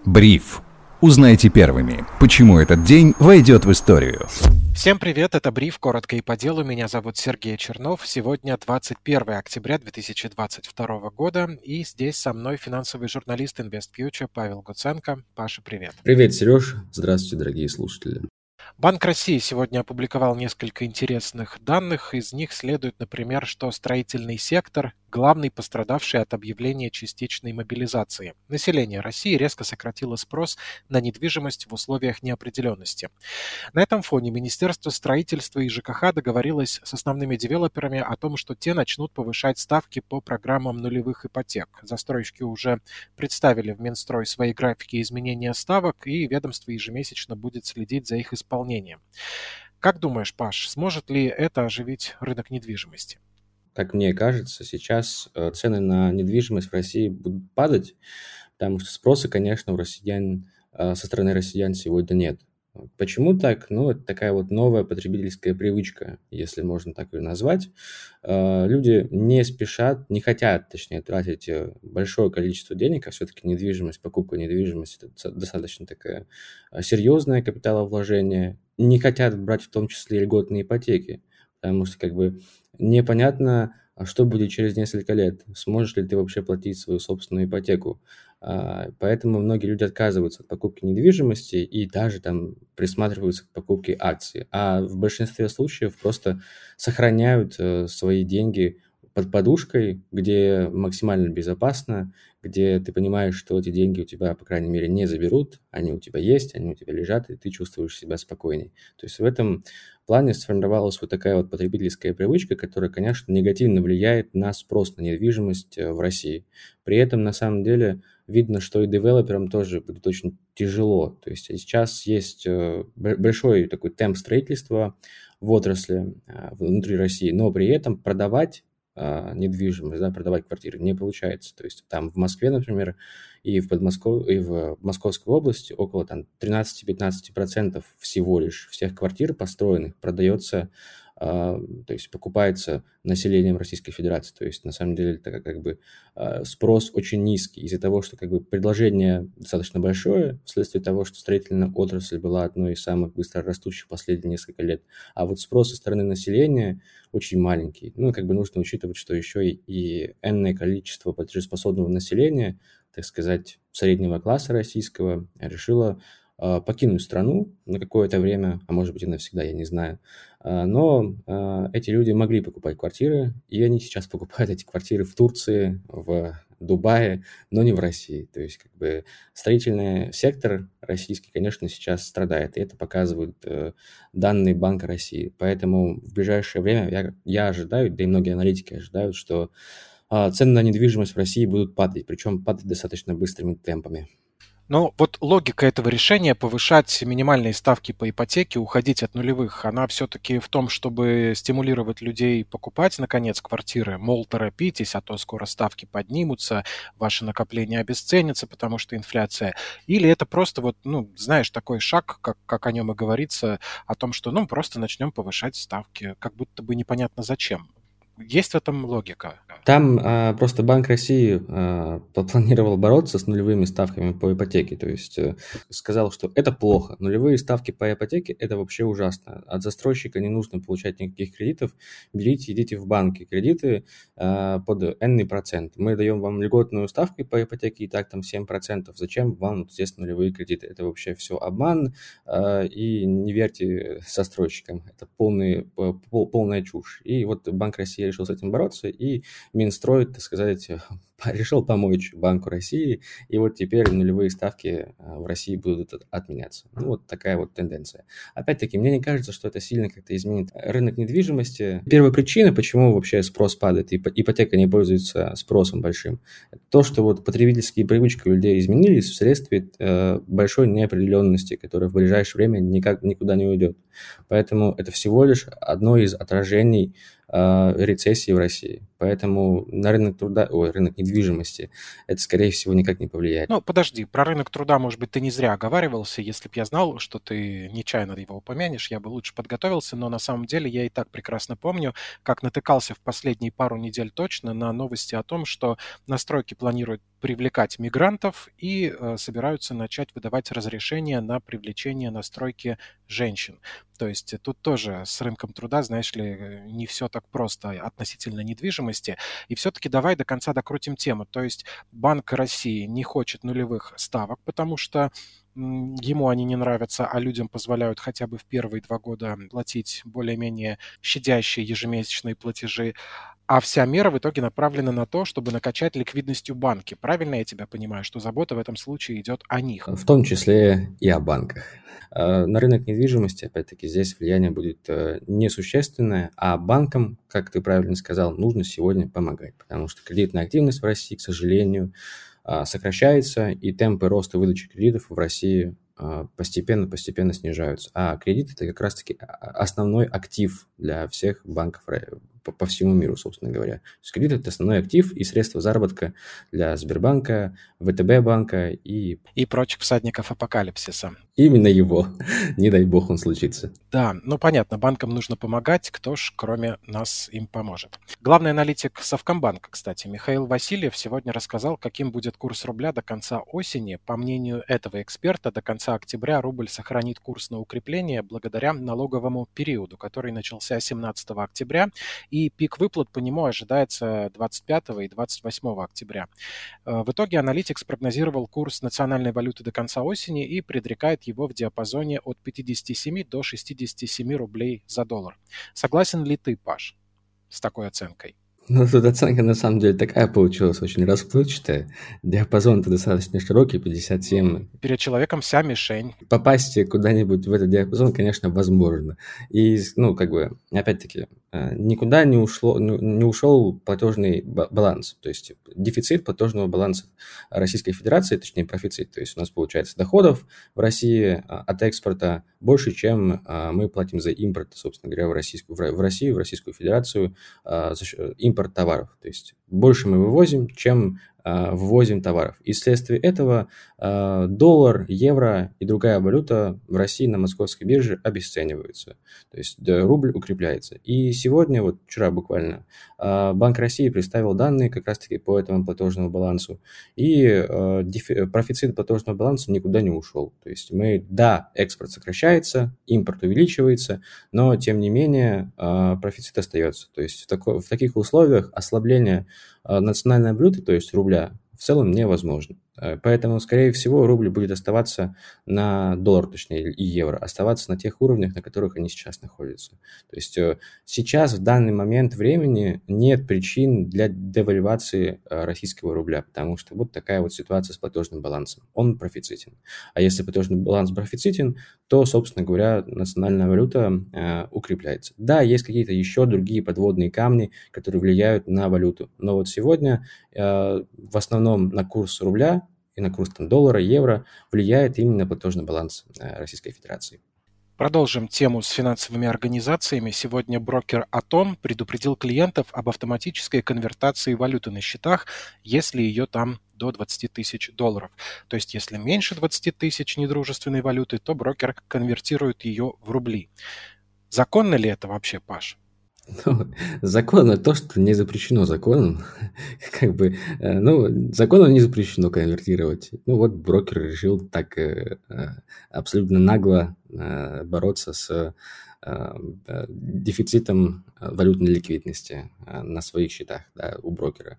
Бриф. Узнайте первыми, почему этот день войдет в историю. Всем привет, это Бриф, коротко и по делу. Меня зовут Сергей Чернов. Сегодня 21 октября 2022 года, и здесь со мной финансовый журналист InvestFuture Павел Гуценко. Паша, привет. Привет, Сереж. Здравствуйте, дорогие слушатели. Банк России сегодня опубликовал несколько интересных данных. Из них следует, например, что строительный сектор – главный пострадавший от объявления частичной мобилизации. Население России резко сократило спрос на недвижимость в условиях неопределенности. На этом фоне Министерство строительства и ЖКХ договорилось с основными девелоперами о том, что те начнут повышать ставки по программам нулевых ипотек. Застройщики уже представили в Минстрой свои графики изменения ставок, и ведомство ежемесячно будет следить за их исполнением. Как думаешь, Паш, сможет ли это оживить рынок недвижимости? Как мне кажется, сейчас цены на недвижимость в России будут падать, потому что спроса, конечно, у россиян, со стороны россиян сегодня нет. Почему так? Ну, это такая вот новая потребительская привычка, если можно так ее назвать. Люди не спешат, не хотят, точнее, тратить большое количество денег, а все-таки недвижимость, покупка недвижимости – это достаточно такое серьезное капиталовложение. Не хотят брать в том числе льготные ипотеки, потому что как бы непонятно, что будет через несколько лет. Сможешь ли ты вообще платить свою собственную ипотеку? Поэтому многие люди отказываются от покупки недвижимости и даже там присматриваются к покупке акций. А в большинстве случаев просто сохраняют свои деньги под подушкой, где максимально безопасно, где ты понимаешь, что эти деньги у тебя, по крайней мере, не заберут, они у тебя есть, они у тебя лежат, и ты чувствуешь себя спокойней. То есть в этом плане сформировалась вот такая вот потребительская привычка, которая, конечно, негативно влияет на спрос на недвижимость в России. При этом, на самом деле, видно, что и девелоперам тоже будет очень тяжело. То есть сейчас есть большой такой темп строительства в отрасли внутри России, но при этом продавать недвижимость, да, продавать квартиры не получается. То есть там в Москве, например, и в Подмосковье, и в Московской области около там 13-15% всего лишь всех квартир построенных продается, то есть покупается населением Российской Федерации. То есть на самом деле это как бы спрос очень низкий из-за того, что как бы предложение достаточно большое, вследствие того, что строительная отрасль была одной из самых быстро растущих последние несколько лет. А вот спрос со стороны населения очень маленький. Ну, как бы нужно учитывать, что еще и энное количество платежеспособного населения, так сказать, среднего класса российского, решило покинуть страну на какое-то время, а может быть и навсегда, я не знаю. Но эти люди могли покупать квартиры, и они сейчас покупают эти квартиры в Турции, в Дубае, но не в России. То есть как бы строительный сектор российский, конечно, сейчас страдает, и это показывают данные Банка России. Поэтому в ближайшее время я ожидаю, да и многие аналитики ожидают, что цены на недвижимость в России будут падать, причем падать достаточно быстрыми темпами. Ну, вот логика этого решения повышать минимальные ставки по ипотеке, уходить от нулевых, она все-таки в том, чтобы стимулировать людей покупать, наконец, квартиры. Мол, торопитесь, а то скоро ставки поднимутся, ваши накопления обесценятся, потому что инфляция. Или это просто вот, ну, знаешь, такой шаг, как о нем и говорится, о том, что, ну, просто начнем повышать ставки, как будто бы непонятно зачем. Есть в этом логика? Там просто Банк России планировал бороться с нулевыми ставками по ипотеке. То есть сказал, что это плохо. Нулевые ставки по ипотеке – это вообще ужасно. От застройщика не нужно получать никаких кредитов. Берите, идите в банки. Кредиты под энный процент. Мы даем вам льготную ставку по ипотеке, и так там 7%. Зачем вам здесь нулевые кредиты? Это вообще все обман. И не верьте застройщикам. Это полная чушь. И вот Банк России решил с этим бороться, и Минстрой, так сказать, решил помочь Банку России, и вот теперь нулевые ставки в России будут отменяться. Ну, вот такая вот тенденция. Опять-таки, мне не кажется, что это сильно как-то изменит рынок недвижимости. Первая причина, почему вообще спрос падает, и ипотека не пользуется спросом большим, то, что вот потребительские привычки у людей изменились вследствие большой неопределенности, которая в ближайшее время никуда не уйдет. Поэтому это всего лишь одно из отражений рецессии в России. Поэтому на рынок недвижимости это, скорее всего, никак не повлияет. Ну, подожди, про рынок труда, может быть, ты не зря оговаривался. Если бы я знал, что ты нечаянно его упомянешь, я бы лучше подготовился. Но на самом деле я и так прекрасно помню, как натыкался в последние пару недель точно на новости о том, что на стройке планируют привлекать мигрантов и собираются начать выдавать разрешения на привлечение на стройке женщин. То есть тут тоже с рынком труда, знаешь ли, не все так просто относительно недвижимости. И все-таки давай до конца докрутим тему. То есть Банк России не хочет нулевых ставок, потому что ему они не нравятся, а людям позволяют хотя бы в первые 2 года платить более-менее щадящие ежемесячные платежи. А вся мера в итоге направлена на то, чтобы накачать ликвидностью банки. Правильно я тебя понимаю, что забота в этом случае идет о них? В том числе и о банках. На рынок недвижимости, опять-таки, здесь влияние будет несущественное, а банкам, как ты правильно сказал, нужно сегодня помогать, потому что кредитная активность в России, к сожалению, сокращается, и темпы роста выдачи кредитов в России постепенно снижаются. А кредит – это как раз-таки основной актив для всех банков по всему миру, собственно говоря. То есть кредит – это основной актив и средство заработка для Сбербанка, ВТБ банка и прочих всадников апокалипсиса. Именно его. Не дай бог он случится. Да, ну понятно, банкам нужно помогать, кто ж кроме нас им поможет. Главный аналитик Совкомбанка, кстати, Михаил Васильев сегодня рассказал, каким будет курс рубля до конца осени. По мнению этого эксперта, до конца октября рубль сохранит курс на укрепление благодаря налоговому периоду, который начался 17 октября, и пик выплат по нему ожидается 25 и 28 октября. В итоге аналитик спрогнозировал курс национальной валюты до конца осени и предрекает его в диапазоне от 57 до 67 рублей за доллар. Согласен ли ты, Паш, с такой оценкой? Ну, тут оценка на самом деле такая получилась, очень расплывчатая. Диапазон-то достаточно широкий, 57. Перед человеком вся мишень. Попасть куда-нибудь в этот диапазон, конечно, возможно. И, опять-таки, никуда не ушел платежный баланс. То есть дефицит платежного баланса Российской Федерации, точнее профицит. То есть у нас получается доходов в России от экспорта больше, чем мы платим за импорт, собственно говоря, в Российскую Федерацию, импорт товаров. То есть больше мы вывозим, чем ввозим товаров. И вследствие этого доллар, евро и другая валюта в России на московской бирже обесцениваются. То есть рубль укрепляется. И сегодня, вчера буквально, Банк России представил данные как раз-таки по этому платежному балансу. И профицит платежного баланса никуда не ушел. То есть экспорт сокращается, импорт увеличивается, но тем не менее профицит остается. То есть в таких условиях ослабление национальной валюты, то есть рубля, в целом невозможно. Поэтому, скорее всего, рубль будет оставаться доллар, точнее, и евро, оставаться на тех уровнях, на которых они сейчас находятся. То есть сейчас, в данный момент времени, нет причин для девальвации российского рубля, потому что вот такая ситуация с платежным балансом. Он профицитен. А если платежный баланс профицитен, то, собственно говоря, национальная валюта укрепляется. Да, есть какие-то еще другие подводные камни, которые влияют на валюту. Но сегодня в основном на курс рубля и на курс доллара, евро влияет именно платежный баланс Российской Федерации. Продолжим тему с финансовыми организациями. Сегодня брокер Атон предупредил клиентов об автоматической конвертации валюты на счетах, если ее там до 20 тысяч долларов. То есть, если меньше 20 тысяч недружественной валюты, то брокер конвертирует ее в рубли. Законно ли это вообще, Паш? Законно то, что не запрещено законом. Законом не запрещено конвертировать. Брокер решил так абсолютно нагло бороться с дефицитом валютной ликвидности на своих счетах, да, у брокера.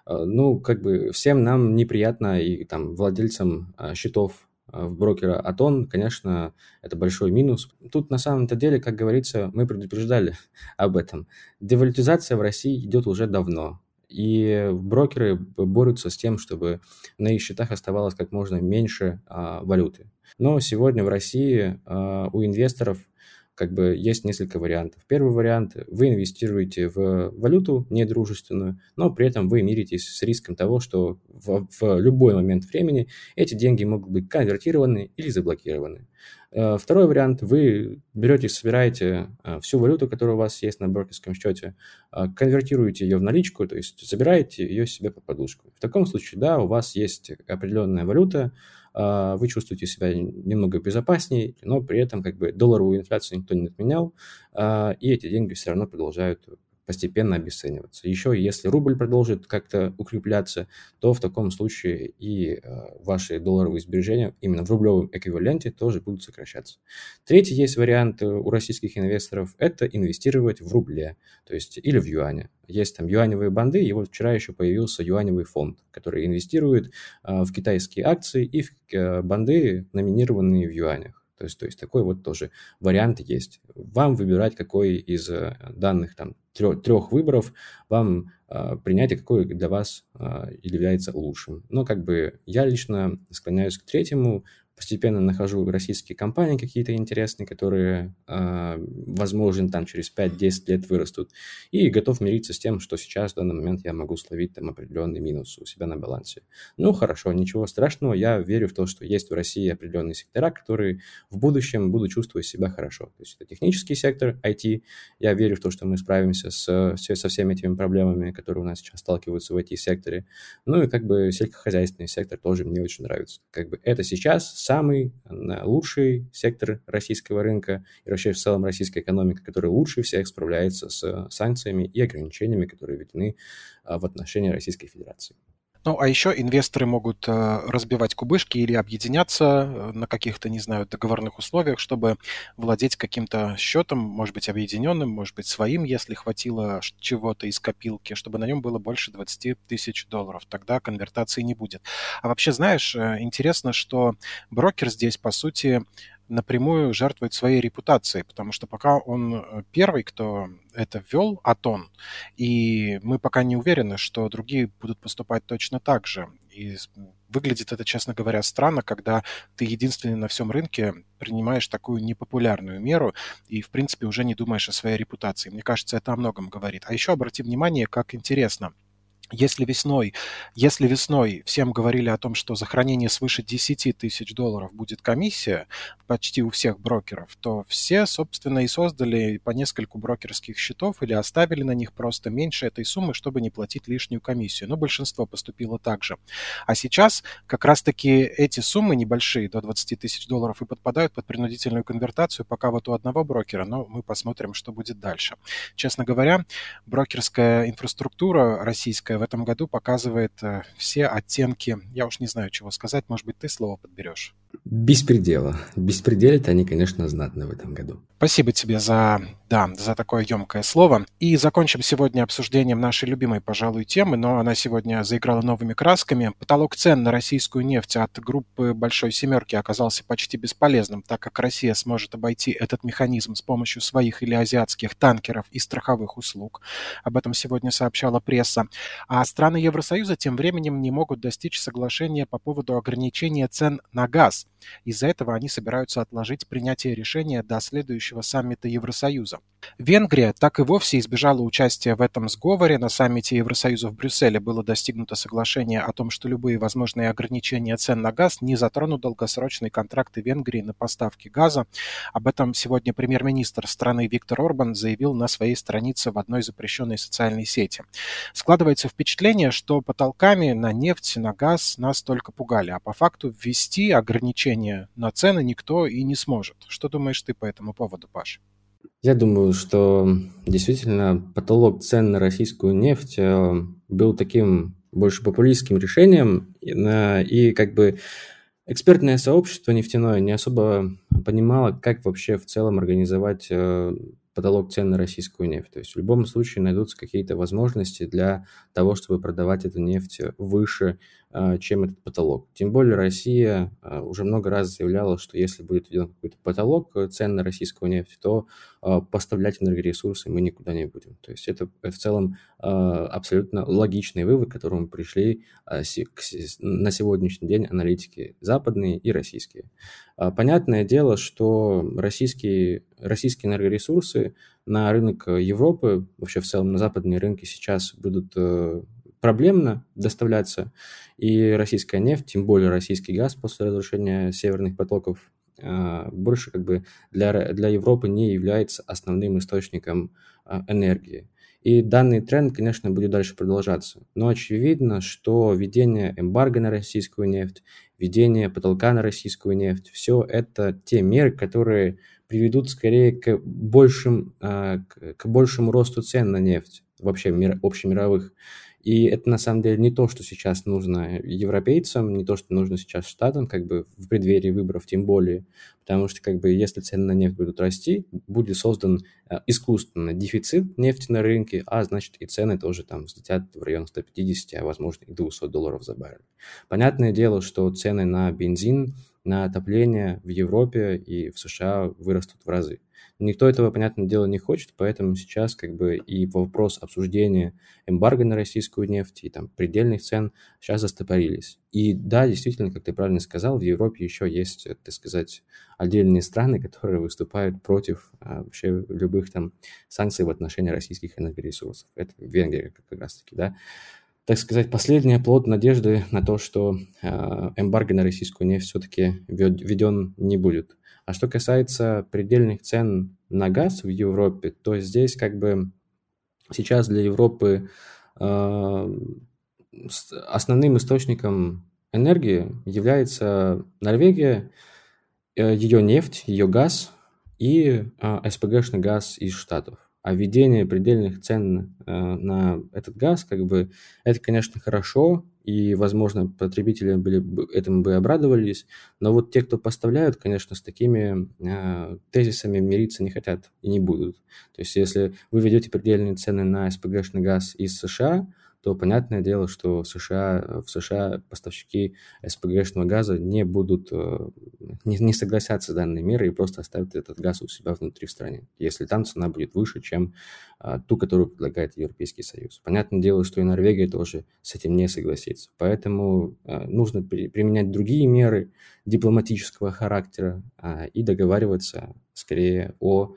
Всем нам неприятно, и владельцам счетов в брокера Атон, конечно, это большой минус. Тут на самом-то деле, как говорится, мы предупреждали об этом. Девалютизация в России идет уже давно. И брокеры борются с тем, чтобы на их счетах оставалось как можно меньше валюты. Но сегодня в России у инвесторов есть несколько вариантов. Первый вариант – вы инвестируете в валюту недружественную, но при этом вы миритесь с риском того, что в любой момент времени эти деньги могут быть конвертированы или заблокированы. Второй вариант – вы берете, собираете всю валюту, которая у вас есть на брокерском счете, конвертируете ее в наличку, то есть забираете ее себе под подушку. В таком случае, да, у вас есть определенная валюта, вы чувствуете себя немного безопаснее, но при этом как бы долларовую инфляцию никто не отменял, и эти деньги все равно продолжают постепенно обесцениваться. Еще если рубль продолжит как-то укрепляться, то в таком случае и ваши долларовые сбережения именно в рублевом эквиваленте тоже будут сокращаться. Третий есть вариант у российских инвесторов – это инвестировать в рубле, то есть или в юане. Есть там юаневые банды, и вот вчера еще появился юаневый фонд, который инвестирует в китайские акции и в банды, номинированные в юанях. То есть такой вот тоже вариант есть. Вам выбирать, какой из данных там трех выборов вам принять, и какой для вас является лучшим. Но как бы я лично склоняюсь к третьему. Постепенно нахожу российские компании какие-то интересные, которые, возможно, там через 5-10 лет вырастут. И готов мириться с тем, что сейчас в данный момент я могу словить там определенный минус у себя на балансе. Ну, хорошо, ничего страшного. Я верю в то, что есть в России определенные сектора, которые в будущем будут чувствовать себя хорошо. То есть это технический сектор, IT. Я верю в то, что мы справимся со всеми этими проблемами, которые у нас сейчас сталкиваются в IT-секторе. Ну и как бы сельскохозяйственный сектор тоже мне очень нравится. Как бы это сейчас самый лучший сектор российского рынка и вообще в целом российская экономика, который лучше всех справляется с санкциями и ограничениями, которые введены в отношении Российской Федерации. Ну, а еще инвесторы могут разбивать кубышки или объединяться на каких-то, не знаю, договорных условиях, чтобы владеть каким-то счетом, может быть, объединенным, может быть, своим, если хватило чего-то из копилки, чтобы на нем было больше 20 тысяч долларов. Тогда конвертации не будет. А вообще, знаешь, интересно, что брокер здесь, по сути, напрямую жертвует своей репутацией, потому что пока он первый, кто это ввел, Атон, и мы пока не уверены, что другие будут поступать точно так же. И выглядит это, честно говоря, странно, когда ты единственный на всем рынке принимаешь такую непопулярную меру и, в принципе, уже не думаешь о своей репутации. Мне кажется, это о многом говорит. А еще обрати внимание, как интересно. Если весной всем говорили о том, что за хранение свыше 10 тысяч долларов будет комиссия почти у всех брокеров, то все, собственно, и создали по нескольку брокерских счетов или оставили на них просто меньше этой суммы, чтобы не платить лишнюю комиссию. Но большинство поступило так же. А сейчас как раз-таки эти суммы небольшие, до 20 тысяч долларов, и подпадают под принудительную конвертацию пока вот у одного брокера, но мы посмотрим, что будет дальше. Честно говоря, брокерская инфраструктура российская в этом году показывает все оттенки. Я уж не знаю, чего сказать. Может быть, ты слово подберешь. Беспредела. Беспределят они, конечно, знатно в этом году. Спасибо тебе за такое емкое слово. И закончим сегодня обсуждением нашей любимой, пожалуй, темы, но она сегодня заиграла новыми красками. Потолок цен на российскую нефть от группы «Большой семерки» оказался почти бесполезным, так как Россия сможет обойти этот механизм с помощью своих или азиатских танкеров и страховых услуг. Об этом сегодня сообщала пресса. А страны Евросоюза тем временем не могут достичь соглашения по поводу ограничения цен на газ. Из-за этого они собираются отложить принятие решения до следующего саммита Евросоюза. Венгрия так и вовсе избежала участия в этом сговоре. На саммите Евросоюза в Брюсселе было достигнуто соглашение о том, что любые возможные ограничения цен на газ не затронут долгосрочные контракты Венгрии на поставки газа. Об этом сегодня премьер-министр страны Виктор Орбан заявил на своей странице в одной запрещенной социальной сети. Складывается впечатление, что потолками на нефть, на газ нас только пугали, а по факту ввести ограничения на цены никто и не сможет. Что думаешь ты по этому поводу, Паш? Я думаю, что действительно потолок цен на российскую нефть был таким больше популистским решением, и как бы экспертное сообщество нефтяное не особо понимало, как вообще в целом организовать потолок цен на российскую нефть. То есть в любом случае найдутся какие-то возможности для того, чтобы продавать эту нефть выше, чем этот потолок. Тем более Россия уже много раз заявляла, что если будет введен какой-то потолок цен на российскую нефть, то поставлять энергоресурсы мы никуда не будем. То есть это в целом абсолютно логичный вывод, к которому пришли на сегодняшний день аналитики западные и российские. Понятное дело, что российские энергоресурсы на рынок Европы, вообще в целом на западные рынки сейчас будут проблемно доставляться, и российская нефть, тем более российский газ после разрушения северных потоков, больше как бы для Европы не является основным источником энергии. И данный тренд, конечно, будет дальше продолжаться. Но очевидно, что введение эмбарго на российскую нефть, введение потолка на российскую нефть, все это те меры, которые приведут скорее к большему росту цен на нефть, вообще общемировых. И это на самом деле не то, что сейчас нужно европейцам, не то, что нужно сейчас Штатам, как бы в преддверии выборов тем более, потому что как бы если цены на нефть будут расти, будет создан искусственно дефицит нефти на рынке, а значит и цены тоже там взлетят в район 150, а возможно и $200 за баррель. Понятное дело, что цены на бензин, на отопление в Европе и в США вырастут в разы. Никто этого, понятное дело, не хочет, поэтому сейчас как бы и вопрос обсуждения эмбарго на российскую нефть и там предельных цен сейчас застопорились. И да, действительно, как ты правильно сказал, в Европе еще есть, так сказать, отдельные страны, которые выступают против вообще любых там санкций в отношении российских энергоресурсов. Это Венгрия как раз-таки, да. Так сказать, последний оплот надежды на то, что эмбарго на российскую нефть все-таки введен не будет. А что касается предельных цен на газ в Европе, то здесь как бы сейчас для Европы основным источником энергии является Норвегия, ее нефть, ее газ и СПГшный газ из Штатов. А введение предельных цен на этот газ, как бы, это, конечно, хорошо, и, возможно, потребители этому бы обрадовались, но вот те, кто поставляют, конечно, с такими тезисами мириться не хотят и не будут. То есть, если вы введете предельные цены на СПГшный газ из США, то понятное дело, что в США поставщики СПГшного газа не согласятся с данной мерой и просто оставят этот газ у себя внутри в стране, если там цена будет выше, чем ту, которую предлагает Европейский Союз. Понятное дело, что и Норвегия тоже с этим не согласится. Поэтому нужно применять другие меры дипломатического характера и договариваться скорее о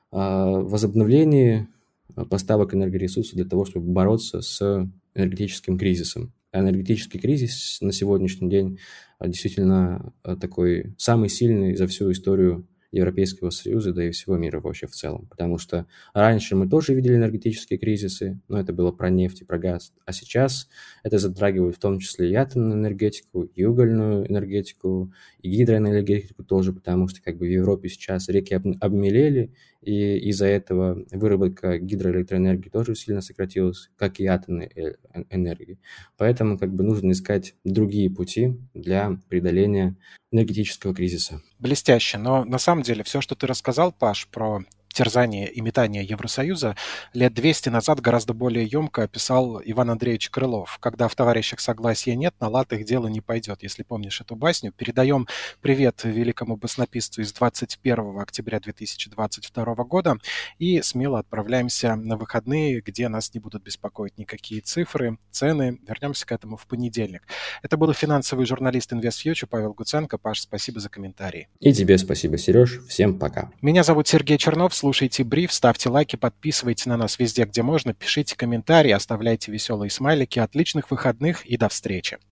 возобновлении поставок энергоресурсов для того, чтобы бороться с энергетическим кризисом. Энергетический кризис на сегодняшний день действительно такой самый сильный за всю историю Европейского Союза, да и всего мира вообще в целом. Потому что раньше мы тоже видели энергетические кризисы, но это было про нефть и про газ. А сейчас это затрагивает в том числе и атомную энергетику, и угольную энергетику, и гидроэнергетику тоже, потому что как бы в Европе сейчас реки обмелели, и из-за этого выработка гидроэлектроэнергии тоже сильно сократилась, как и атомной энергии. Поэтому как бы нужно искать другие пути для преодоления энергетического кризиса. Блестяще. Но на самом деле все, что ты рассказал, Паш, про терзание и метание Евросоюза, лет 200 назад гораздо более емко описал Иван Андреевич Крылов. Когда в товарищах согласия нет, на лад их дело не пойдет. Если помнишь эту басню. Передаем привет великому баснописцу из 21 октября 2022 года и смело отправляемся на выходные, где нас не будут беспокоить никакие цифры, цены. Вернемся к этому в понедельник. Это был финансовый журналист InvestFuture Павел Гуценко. Паш, спасибо за комментарии. И тебе спасибо, Сереж. Всем пока. Меня зовут Сергей Чернов. Слушайте бриф, ставьте лайки, подписывайтесь на нас везде, где можно, пишите комментарии, оставляйте веселые смайлики. Отличных выходных и до встречи.